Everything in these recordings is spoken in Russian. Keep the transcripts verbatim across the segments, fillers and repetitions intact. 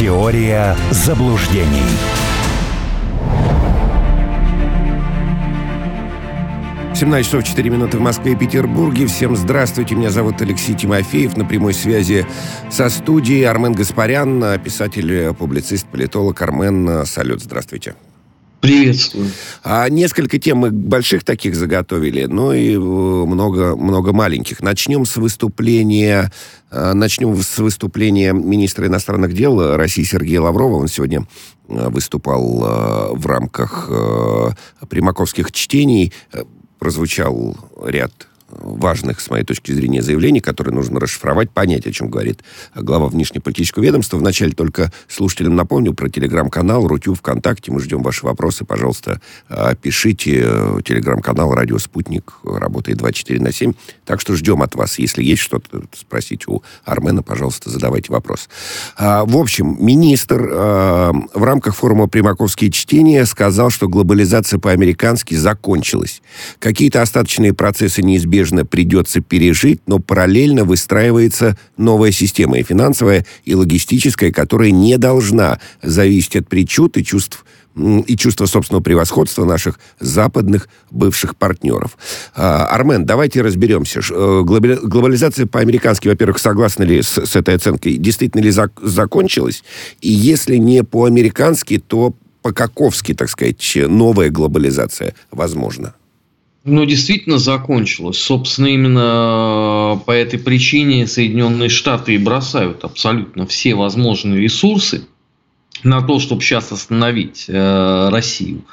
Теория заблуждений. семнадцать часов четыре минуты в Москве и Петербурге. Всем здравствуйте, меня зовут Алексей Тимофеев. На прямой связи со студией Армен Гаспарян, писатель, публицист, политолог. Армен, салют, здравствуйте. Приветствую. А несколько тем мы больших таких заготовили, но и много, много маленьких. Начнем с выступления, начнем с выступления министра иностранных дел России Сергея Лаврова. Он сегодня выступал в рамках примаковских чтений. Прозвучал ряд важных, с моей точки зрения, заявлений, которые нужно расшифровать, понять, о чем говорит глава внешнеполитического ведомства. Вначале только слушателям напомню про телеграм-канал Рутюб, ВКонтакте. Мы ждем ваши вопросы. Пожалуйста, пишите. Телеграм-канал «Радио Спутник» работает двадцать четыре на семь. Так что ждем от вас. Если есть что-то спросить у Армена, пожалуйста, задавайте вопрос. В общем, министр в рамках форума «Примаковские чтения» сказал, что глобализация по-американски закончилась. Какие-то остаточные процессы неизбежны придется пережить, но параллельно выстраивается новая система, и финансовая, и логистическая, которая не должна зависеть от причуд и чувств и чувства собственного превосходства наших западных бывших партнеров. Армен, давайте разберемся. Глобализация по-американски, во-первых, согласны ли с, с этой оценкой? Действительно ли зак- закончилась? И если не по-американски, то по-каковски, так сказать, новая глобализация возможна? Ну, действительно закончилось. Собственно, именно по этой причине Соединенные Штаты и бросают абсолютно все возможные ресурсы на то, чтобы сейчас остановить э, Россию.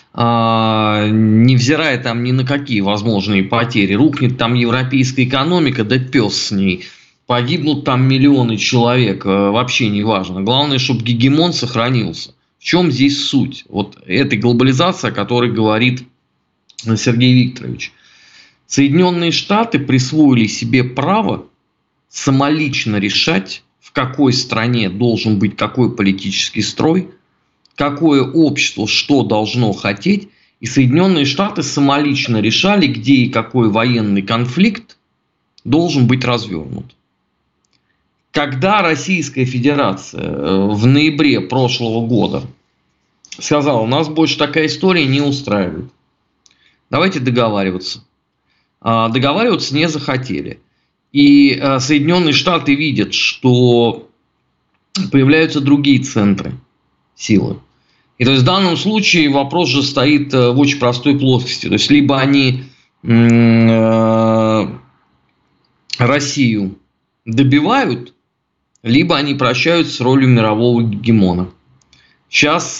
А, невзирая там ни на какие возможные потери. Рухнет там европейская экономика, да пес с ней. Погибнут там миллионы человек, вообще не важно. Главное, чтобы гегемон сохранился. В чем здесь суть? Вот этой глобализации, о которой говорит Сергей Викторович. Соединенные Штаты присвоили себе право самолично решать, в какой стране должен быть какой политический строй, какое общество что должно хотеть. И Соединенные Штаты самолично решали, где и какой военный конфликт должен быть развернут. Когда Российская Федерация в ноябре прошлого года сказала, нас больше такая история не устраивает, давайте договариваться. Договариваться не захотели. И Соединенные Штаты видят, что появляются другие центры силы. И то есть в данном случае вопрос же стоит в очень простой плоскости. То есть либо они Россию добивают, либо они прощаются с ролью мирового гегемона. Сейчас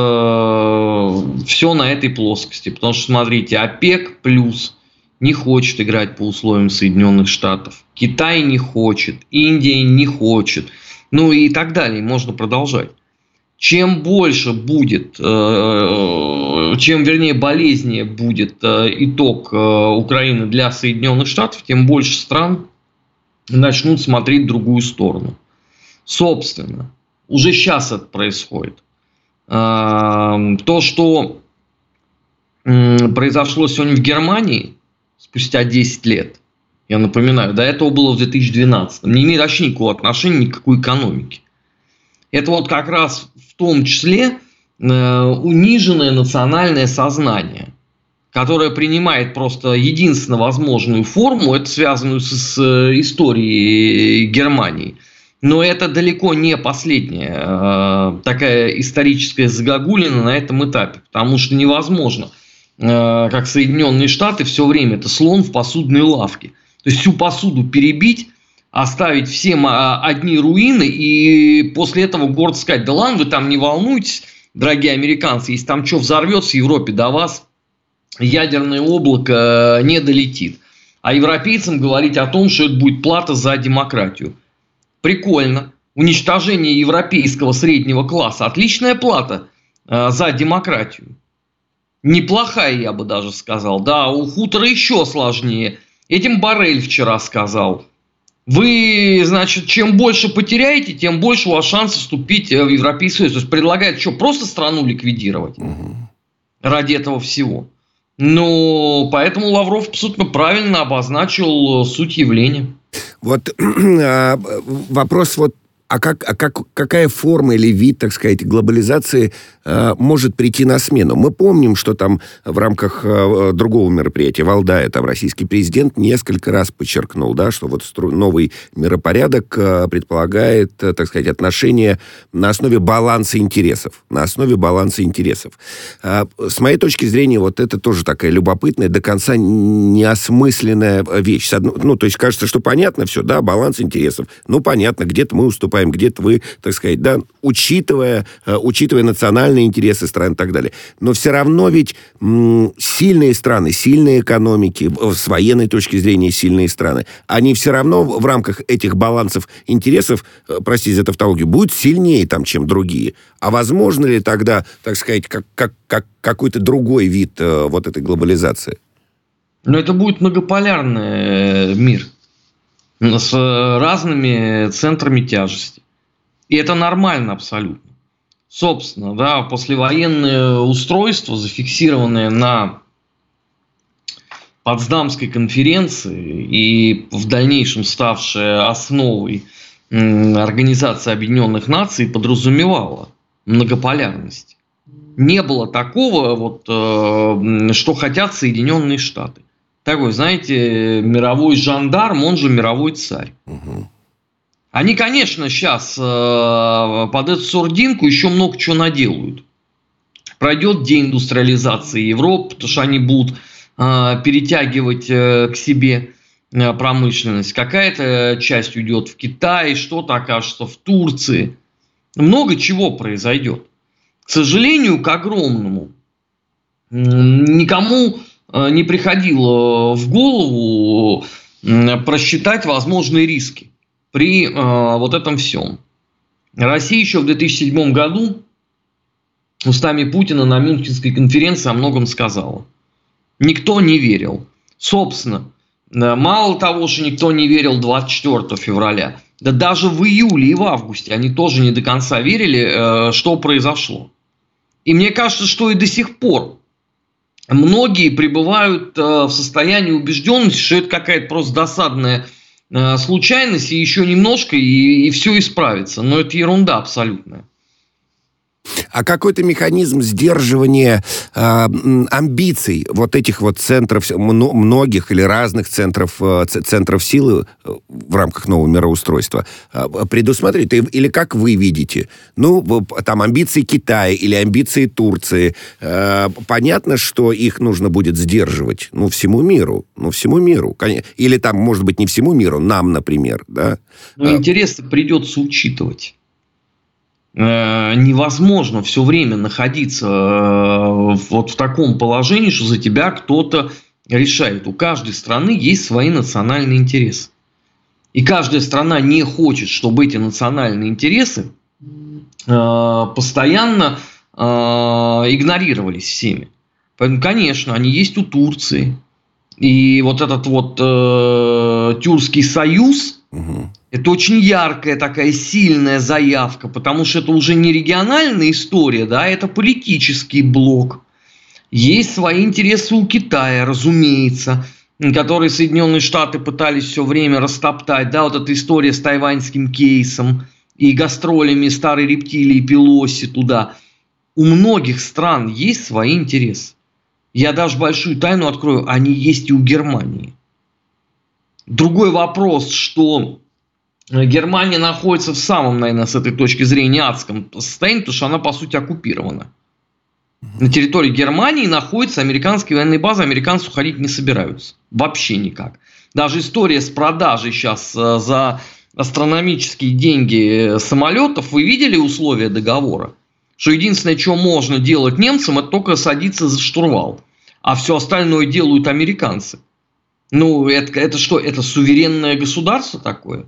э, все на этой плоскости. Потому что, смотрите, ОПЕК плюс не хочет играть по условиям Соединенных Штатов. Китай не хочет. Индия не хочет. Ну и так далее. Можно продолжать. Чем больше будет, э, чем, вернее, болезнее будет э, итог э, Украины для Соединенных Штатов, тем больше стран начнут смотреть в другую сторону. Собственно, уже сейчас это происходит. То, что произошло сегодня в Германии спустя десять лет, я напоминаю, до этого было в две тысячи двенадцатом, не имеет вообще никакого отношения ни к какой экономике. Это вот как раз в том числе униженное национальное сознание, которое принимает просто единственно возможную форму, это связанную с, с историей Германии. Но это далеко не последняя э, такая историческая загогулина на этом этапе. Потому что невозможно, э, как Соединенные Штаты, все время это слон в посудной лавке. То есть всю посуду перебить, оставить всем одни руины и после этого гордо сказать, да ладно, вы там не волнуйтесь, дорогие американцы, если там что взорвется в Европе, до вас ядерное облако не долетит. А европейцам говорить о том, что это будет плата за демократию. Прикольно. Уничтожение европейского среднего класса. Отличная плата э, за демократию. Неплохая, я бы даже сказал. Да, у хутора еще сложнее. Этим Боррель вчера сказал. Вы, значит, чем больше потеряете, тем больше у вас шанс вступить в Европейский Союз. То есть предлагает что, просто страну ликвидировать угу. ради этого всего. Ну, поэтому Лавров абсолютно правильно обозначил суть явления. Вот вопрос вот А, как, а как, какая форма или вид, так сказать, глобализации э, может прийти на смену? Мы помним, что там в рамках э, другого мероприятия, Валдая, там российский президент несколько раз подчеркнул, да, что вот стру- новый миропорядок э, предполагает, э, так сказать, отношения на основе баланса интересов. На основе баланса интересов. Э, с моей точки зрения, вот это тоже такая любопытная, до конца неосмысленная вещь. Ну, то есть кажется, что понятно все, да, баланс интересов. Ну, понятно, где-то мы уступаем, где-то вы, так сказать, да, учитывая, э, учитывая национальные интересы стран и так далее. Но все равно ведь м, сильные страны, сильные экономики, с военной точки зрения сильные страны, они все равно в рамках этих балансов интересов, э, простите за тавтологию, будут сильнее там, чем другие. А возможно ли тогда, так сказать, как, как, как какой-то другой вид э, вот этой глобализации? Но это будет многополярный мир с разными центрами тяжести. И это нормально абсолютно. Собственно, да, послевоенное устройство, зафиксированное на Потсдамской конференции и в дальнейшем ставшее основой Организации Объединенных Наций, подразумевало многополярность. Не было такого, вот, что хотят Соединенные Штаты. Такой, знаете, мировой жандарм, он же мировой царь. Угу. Они, конечно, сейчас э, под эту сурдинку еще много чего наделают. Пройдет деиндустриализация Европы, потому что они будут э, перетягивать э, к себе э, промышленность. Какая-то часть уйдет в Китай, что-то окажется в Турции. Много чего произойдет. К сожалению, к огромному, никому не приходило в голову просчитать возможные риски при э, вот этом всем. Россия еще в две тысячи седьмом году устами Путина на Мюнхенской конференции о многом сказала. Никто не верил. Собственно, мало того, что никто не верил двадцать четвёртого февраля, да даже в июле и в августе они тоже не до конца верили, э, что произошло. И мне кажется, что и до сих пор многие пребывают в состоянии убежденности, что это какая-то просто досадная случайность, и еще немножко, и, и все исправится. Но это ерунда абсолютная. А какой-то механизм сдерживания э, амбиций вот этих вот центров, многих или разных центров, э, центров силы в рамках нового мироустройства э, предусмотреть? Или как вы видите? Ну, там амбиции Китая или амбиции Турции. Э, понятно, что их нужно будет сдерживать. Ну, всему миру. Ну, всему миру. Или там, может быть, не всему миру, нам, например. Да? Но интересы придется учитывать. Невозможно все время находиться вот в таком положении, что за тебя кто-то решает. У каждой страны есть свои национальные интересы. И каждая страна не хочет, чтобы эти национальные интересы постоянно игнорировались всеми. Поэтому, конечно, они есть у Турции. И вот этот вот э, Тюркский союз, угу. Это очень яркая такая сильная заявка, потому что это уже не региональная история, да, это политический блок. Есть свои интересы у Китая, разумеется, которые Соединенные Штаты пытались все время растоптать, да, вот эта история с тайваньским кейсом и гастролями старой рептилии Пелоси туда. У многих стран есть свои интересы. Я даже большую тайну открою, они есть и у Германии. Другой вопрос, что Германия находится в самом, наверное, с этой точки зрения адском состоянии, потому что она, по сути, оккупирована. На территории Германии находятся американские военные базы, американцы уходить не собираются. Вообще никак. Даже история с продажей сейчас за астрономические деньги самолетов, вы видели условия договора? Что единственное, что можно делать немцам, это только садиться за штурвал. А все остальное делают американцы. Ну, это, это что? Это суверенное государство такое?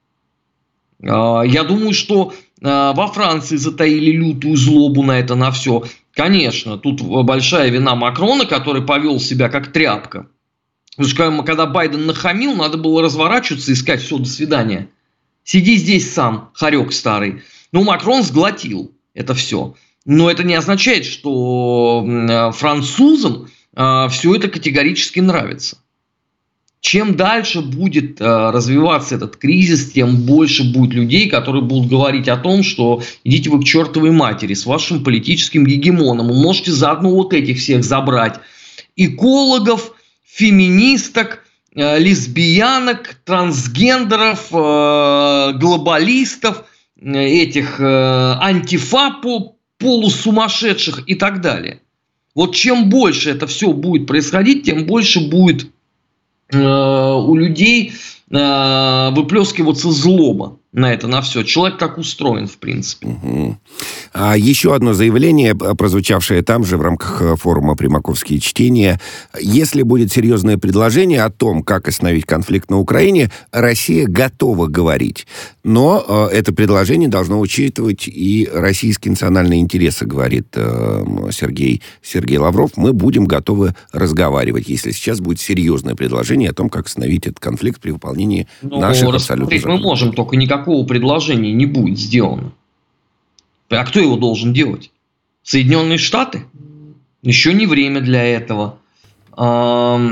Я думаю, что во Франции затаили лютую злобу на это, на все. Конечно, тут большая вина Макрона, который повел себя как тряпка. Потому что когда Байден нахамил, надо было разворачиваться и сказать: все, до свидания. Сиди здесь сам, хорек старый. Ну, Макрон сглотил это все. Но это не означает, что французам все это категорически нравится. Чем дальше будет э, развиваться этот кризис, тем больше будет людей, которые будут говорить о том, что идите вы к чертовой матери с вашим политическим гегемоном. Вы можете заодно вот этих всех забрать. Экологов, феминисток, э, лесбиянок, трансгендеров, э, глобалистов, э, этих э, антифа полусумасшедших и так далее. Вот чем больше это все будет происходить, тем больше будет э, у людей э, выплескиваться злоба на это, на все. Человек так устроен, в принципе. Угу. А еще одно заявление, прозвучавшее там же в рамках форума «Примаковские чтения». Если будет серьезное предложение о том, как остановить конфликт на Украине, Россия готова говорить. Но э, это предложение должно учитывать и российские национальные интересы, говорит э, Сергей, Сергей Лавров. Мы будем готовы разговаривать, если сейчас будет серьезное предложение о том, как остановить этот конфликт при выполнении Но наших абсолютно законов. Мы можем, только никакого предложения не будет сделано. А кто его должен делать? Соединенные Штаты? Еще не время для этого. А,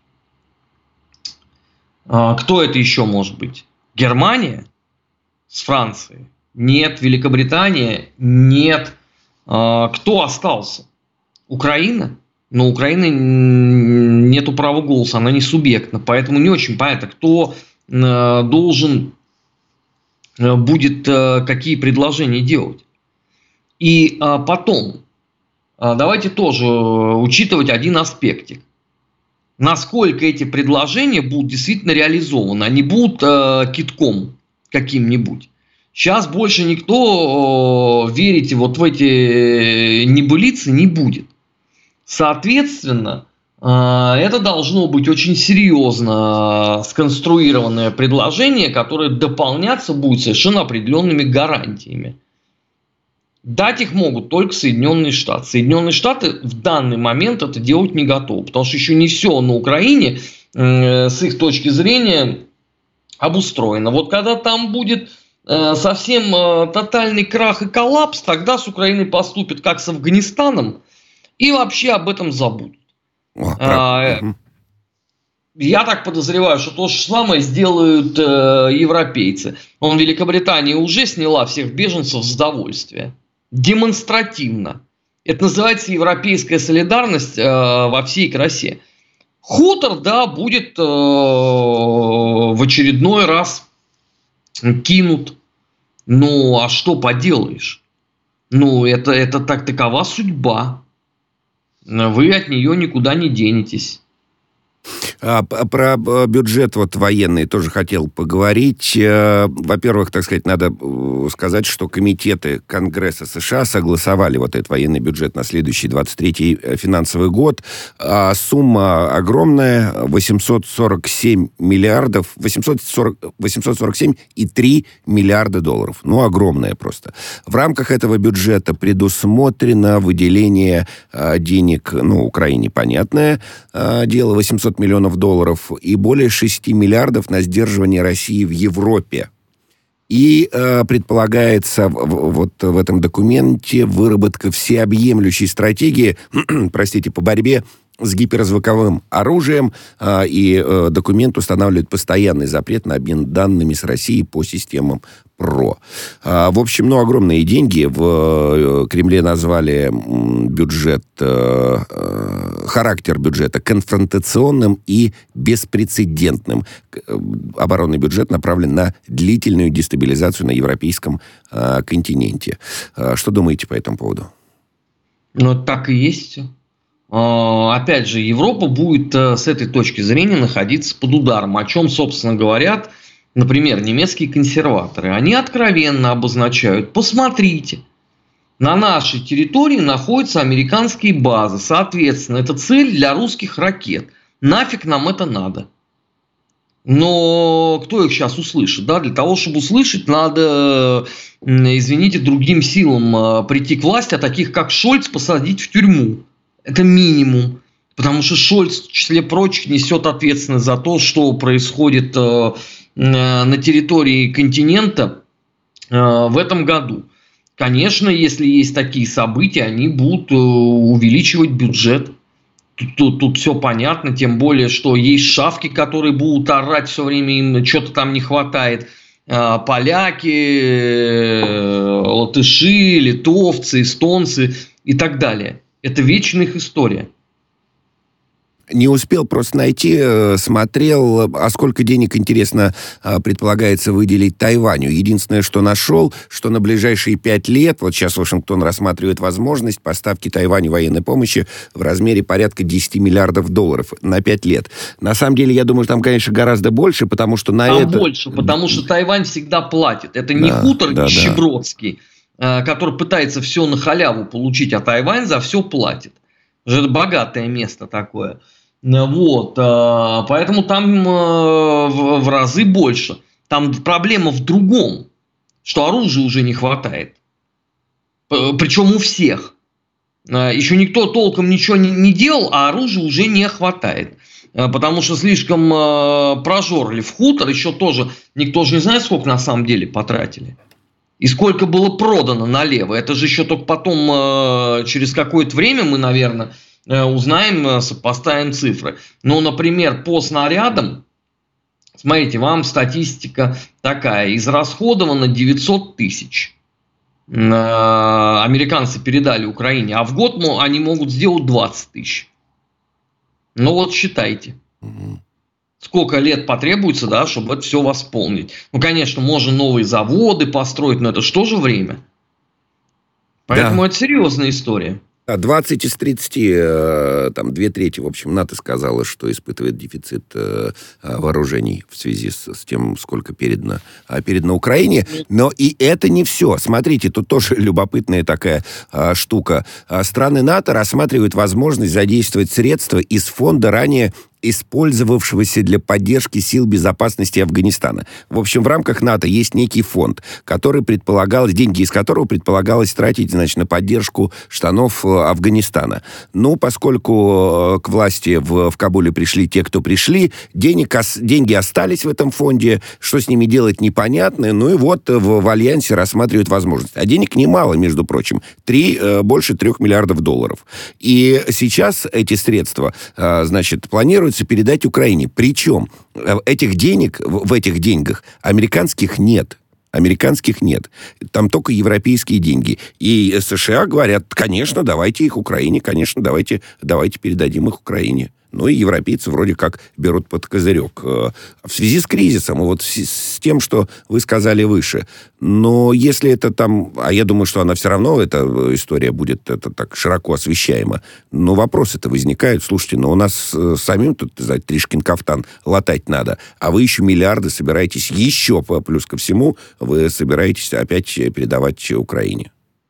а, кто это еще может быть? Германия? С Францией? Нет. Великобритания? Нет. А, кто остался? Украина? Но у Украины нету права голоса, она не субъектна. Поэтому не очень понятно, кто а, должен а, будет а, какие предложения делать. И а, потом, а, давайте тоже учитывать один аспектик. Насколько эти предложения будут действительно реализованы. Они будут а, китком каким-нибудь. Сейчас больше никто а, верить вот в эти небылицы не будет. Соответственно, а, это должно быть очень серьезно сконструированное предложение, которое дополняться будет совершенно определенными гарантиями. Дать их могут только Соединенные Штаты. Соединенные Штаты в данный момент это делать не готовы, потому что еще не все на Украине э, с их точки зрения обустроено. Вот когда там будет э, совсем э, тотальный крах и коллапс, тогда с Украиной поступят как с Афганистаном и вообще об этом забудут. О, а, угу. Я так подозреваю, что то же самое сделают э, европейцы. Он, Великобритания уже сняла всех беженцев с довольствия. Демонстративно. Это называется европейская солидарность э, во всей красе. Хутор, да, будет э, в очередной раз кинут. Ну, а что поделаешь? Ну, это, это так, такова судьба. Вы от нее никуда не денетесь. А, про бюджет вот военный тоже хотел поговорить. Во-первых, так сказать, надо сказать, что комитеты Конгресса США согласовали вот этот военный бюджет на следующий двадцать третий финансовый год. А сумма огромная, восемьсот сорок семь миллиардов, восемьсот сорок, восемьсот сорок семь и три миллиарда долларов. Ну, огромная просто. В рамках этого бюджета предусмотрено выделение а, денег, ну, Украине понятное а, дело, восемьсот миллионов долларов и более шести миллиардов на сдерживание России в Европе. И э, предполагается в, в, вот в этом документе выработка всеобъемлющей стратегии, простите, по борьбе с гиперзвуковым оружием, э, и э, документ устанавливает постоянный запрет на обмен данными с Россией по системам ПРО. Э, в общем, ну, огромные деньги. В э, Кремле назвали бюджет, э, э, характер бюджета конфронтационным и беспрецедентным. Оборонный бюджет направлен на длительную дестабилизацию на европейском э, континенте. Э, что думаете по этому поводу? Ну, так и есть. Опять же, Европа будет с этой точки зрения находиться под ударом. О чем, собственно, говорят, например, немецкие консерваторы. Они откровенно обозначают: посмотрите, на нашей территории находятся американские базы. Соответственно, это цель для русских ракет. Нафиг нам это надо? Но кто их сейчас услышит? Да? Для того, чтобы услышать, надо, извините, другим силам прийти к власти, а таких как Шольц посадить в тюрьму. Это минимум. Потому что Шольц, в числе прочих, несет ответственность за то, что происходит на территории континента в этом году. Конечно, если есть такие события, они будут увеличивать бюджет. Тут, тут, тут все понятно, тем более, что есть шавки, которые будут орать все время, им что-то там не хватает. Поляки, латыши, литовцы, эстонцы и так далее. Это вечная их история. Не успел просто найти, смотрел, а сколько денег, интересно, предполагается выделить Тайваню. Единственное, что нашел, что на ближайшие пять лет, вот сейчас Вашингтон рассматривает возможность поставки Тайваню военной помощи в размере порядка десять миллиардов долларов на пять лет. На самом деле, я думаю, там, конечно, гораздо больше, потому что на там это... больше, потому что Тайвань всегда платит. Это не да, хутор да, нищебродский, да. который пытается все на халяву получить, а Тайвань за все платит. Это богатое место такое. Вот, поэтому там в разы больше. Там проблема в другом, что оружия уже не хватает. Причем у всех. Еще никто толком ничего не делал, а оружия уже не хватает. Потому что слишком прожорли в хутор, еще тоже никто же не знает, сколько на самом деле потратили. И сколько было продано налево. Это же еще только потом, через какое-то время мы, наверное... узнаем, сопоставим цифры. Ну, например, по снарядам, смотрите, вам статистика такая. Израсходовано девятьсот тысяч. Американцы передали Украине. А в год они могут сделать двадцать тысяч. Ну, вот считайте. Сколько лет потребуется, да, чтобы это все восполнить. Ну, конечно, можно новые заводы построить, но это что же время? Поэтому да. Это серьезная история. двадцать из тридцати, там, две трети, в общем, НАТО сказала, что испытывает дефицит вооружений в связи с, с тем, сколько передано, передано Украине. Но и это не все. Смотрите, тут тоже любопытная такая а, штука. Страны НАТО рассматривают возможность задействовать средства из фонда ранее использовавшегося для поддержки сил безопасности Афганистана. В общем, в рамках НАТО есть некий фонд, который предполагалось, деньги из которого предполагалось тратить, значит, на поддержку штанов Афганистана. Ну, поскольку к власти в, в Кабуле пришли те, кто пришли, денег, деньги остались в этом фонде, что с ними делать непонятно, ну и вот в, в Альянсе рассматривают возможность. А денег немало, между прочим, три, больше трех миллиардов долларов. И сейчас эти средства, значит, планируют передать Украине. Причем этих денег, в этих деньгах американских нет. Американских нет. Там только европейские деньги. И США говорят, конечно, давайте их Украине, конечно, давайте, давайте передадим их Украине. Ну и европейцы вроде как берут под козырек. В связи с кризисом, и вот с тем, что вы сказали выше. Но если это там... А я думаю, что она все равно, эта история будет это, так широко освещаема. Но вопросы-то возникают. Слушайте, но у нас самим тут, знаете, Тришкин кафтан латать надо. А вы еще миллиарды собираетесь еще, плюс ко всему, вы собираетесь опять передавать Украине.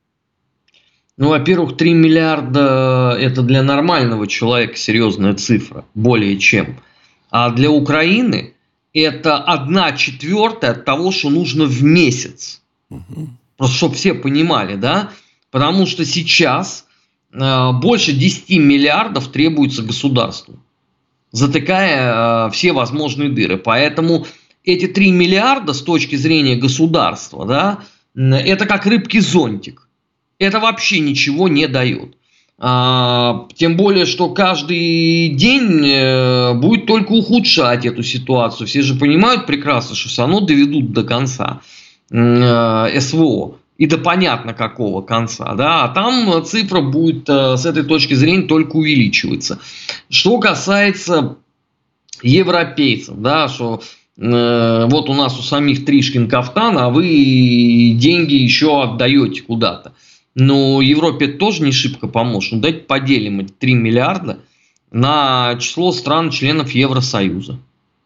Ну, во-первых, три миллиарда – это для нормального человека серьезная цифра, более чем. А для Украины это одна четвертая от того, что нужно в месяц. Угу. Просто чтобы все понимали, да? Потому что сейчас э, больше десяти миллиардов требуется государству, затыкая э, все возможные дыры. Поэтому эти три миллиарда с точки зрения государства, да, это как рыбки зонтик. Это вообще ничего не дает. А, тем более, что каждый день э, будет только ухудшать эту ситуацию. Все же понимают прекрасно, что все равно доведут до конца э, СВО. И до понятно какого конца. Да? А там цифра будет э, с этой точки зрения только увеличиваться. Что касается европейцев, да, что... Вот у нас у самих Тришкин кафтан, а вы деньги еще отдаете куда-то. Но Европе тоже не шибко поможет. Ну, давайте поделим эти три миллиарда на число стран-членов Евросоюза.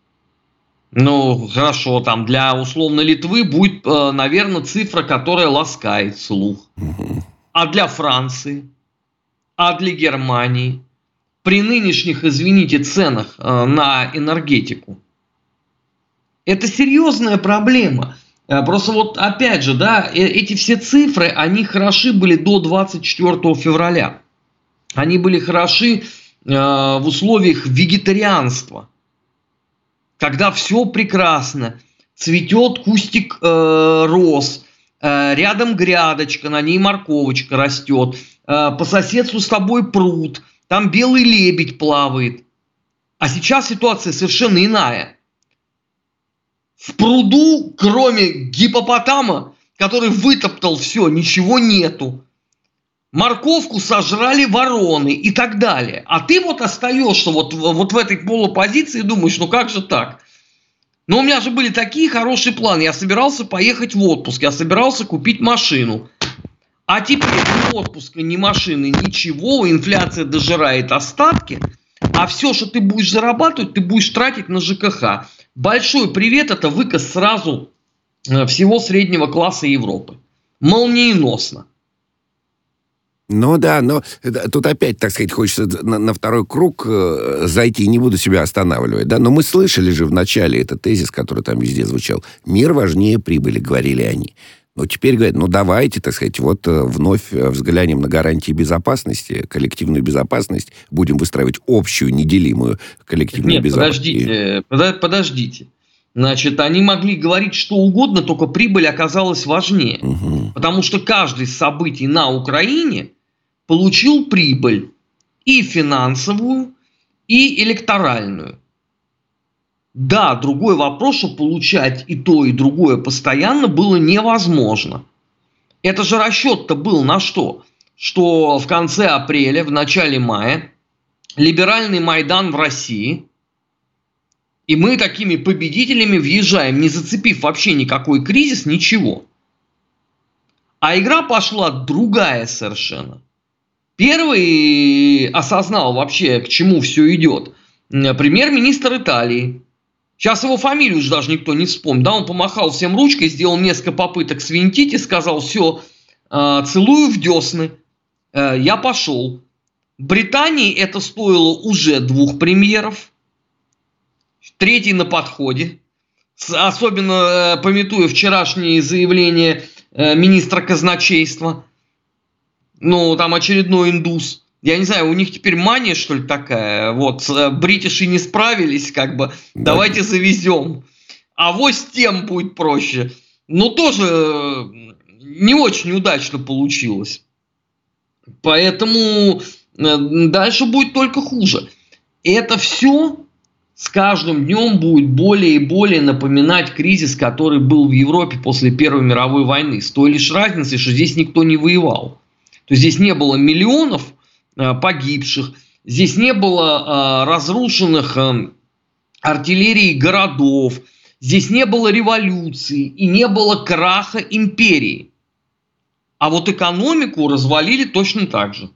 Ну, хорошо, там для условно Литвы будет, наверное, цифра, которая ласкает слух. А для Франции? А для Германии? При нынешних, извините, ценах на энергетику. Это серьезная проблема. Просто вот опять же, да, эти все цифры, они хороши были до двадцать четвёртого февраля. Они были хороши э, в условиях вегетарианства. Когда все прекрасно, цветет кустик э, роз, э, рядом грядочка, на ней морковочка растет, э, по соседству с тобой пруд, там белый лебедь плавает. А сейчас ситуация совершенно иная. В пруду, кроме гиппопотама, который вытоптал все, ничего нету. Морковку сожрали вороны и так далее. А ты вот остаешься вот, вот в этой полупозиции и думаешь, ну как же так? Но у меня же были такие хорошие планы. Я собирался поехать в отпуск, я собирался купить машину. А теперь ни отпуска, ни машины, ничего, инфляция дожирает остатки. А все, что ты будешь зарабатывать, ты будешь тратить на ЖКХ. Большой привет, это выказ сразу всего среднего класса Европы. Молниеносно. Ну да, но тут опять, так сказать, хочется на, на второй круг э, зайти, не буду себя останавливать, да, но мы слышали же в начале этот тезис, который там везде звучал. Мир важнее прибыли, говорили они. Но теперь говорят, ну давайте, так сказать, вот э, вновь взглянем на гарантии безопасности, коллективную безопасность, будем выстраивать общую, неделимую коллективную Нет, безопасность. подождите, подождите. Значит, они могли говорить что угодно, только прибыль оказалась важнее. Угу. Потому что каждый из событий на Украине получил прибыль и финансовую, и электоральную. Да, другой вопрос, что получать и то, и другое постоянно было невозможно. Это же расчет-то был на что? Что в конце апреля, в начале мая либеральный Майдан в России, и мы такими победителями въезжаем, не зацепив вообще никакой кризис, ничего. А игра пошла другая совершенно. Первый осознал вообще, к чему все идет, премьер-министр Италии. Сейчас его фамилию уже даже никто не вспомнит. Да, он помахал всем ручкой, сделал несколько попыток свинтить и сказал: все, целую в десны, я пошел. Британии это стоило уже двух премьеров. Третий на подходе. Особенно памятуя вчерашние заявления министра казначейства. Ну, там очередной индус. Я не знаю, у них теперь мания, что ли, такая. Вот, бритиши не справились, как бы, да. Давайте завезем. Авось тем будет проще. Но тоже не очень удачно получилось. Поэтому дальше будет только хуже. Это все с каждым днем будет более и более напоминать кризис, который был в Европе после Первой мировой войны. С той лишь разницей, что здесь никто не воевал. То есть здесь не было миллионов э, погибших, здесь не было э, разрушенных э, артиллерий городов, здесь не было революции и не было краха империи. А вот экономику развалили точно так же.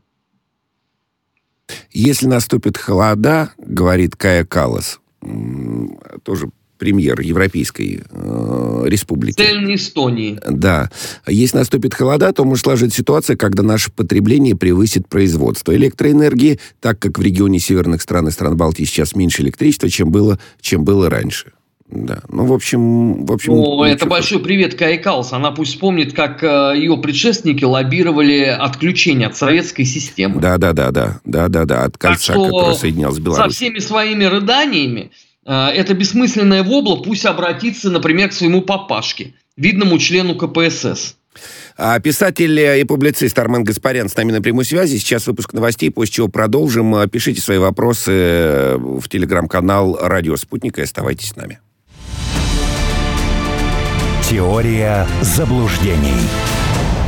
Если наступит холода, говорит Кая Каллас, тоже премьер Европейской э, республики. Цельной Эстонии. Да. Если наступит холода, то может сложиться ситуация, когда наше потребление превысит производство электроэнергии, так как в регионе северных стран и стран Балтии сейчас меньше электричества, чем было, чем было раньше. Да. Ну, в общем... В общем ну, это большой привет Кае Каллас. Она пусть вспомнит, как э, ее предшественники лоббировали отключение от советской системы. Да-да-да. Да-да-да. От кольца, которое соединялось с Беларусью. Со всеми своими рыданиями э, это бессмысленное вобло пусть обратится, например, к своему папашке, видному члену ка пэ эс эс. А писатель и публицист Армен Гаспарян с нами на прямой связи. Сейчас выпуск новостей, после чего продолжим. Пишите свои вопросы в телеграм-канал «Радио Спутник» и оставайтесь с нами. Теория заблуждений.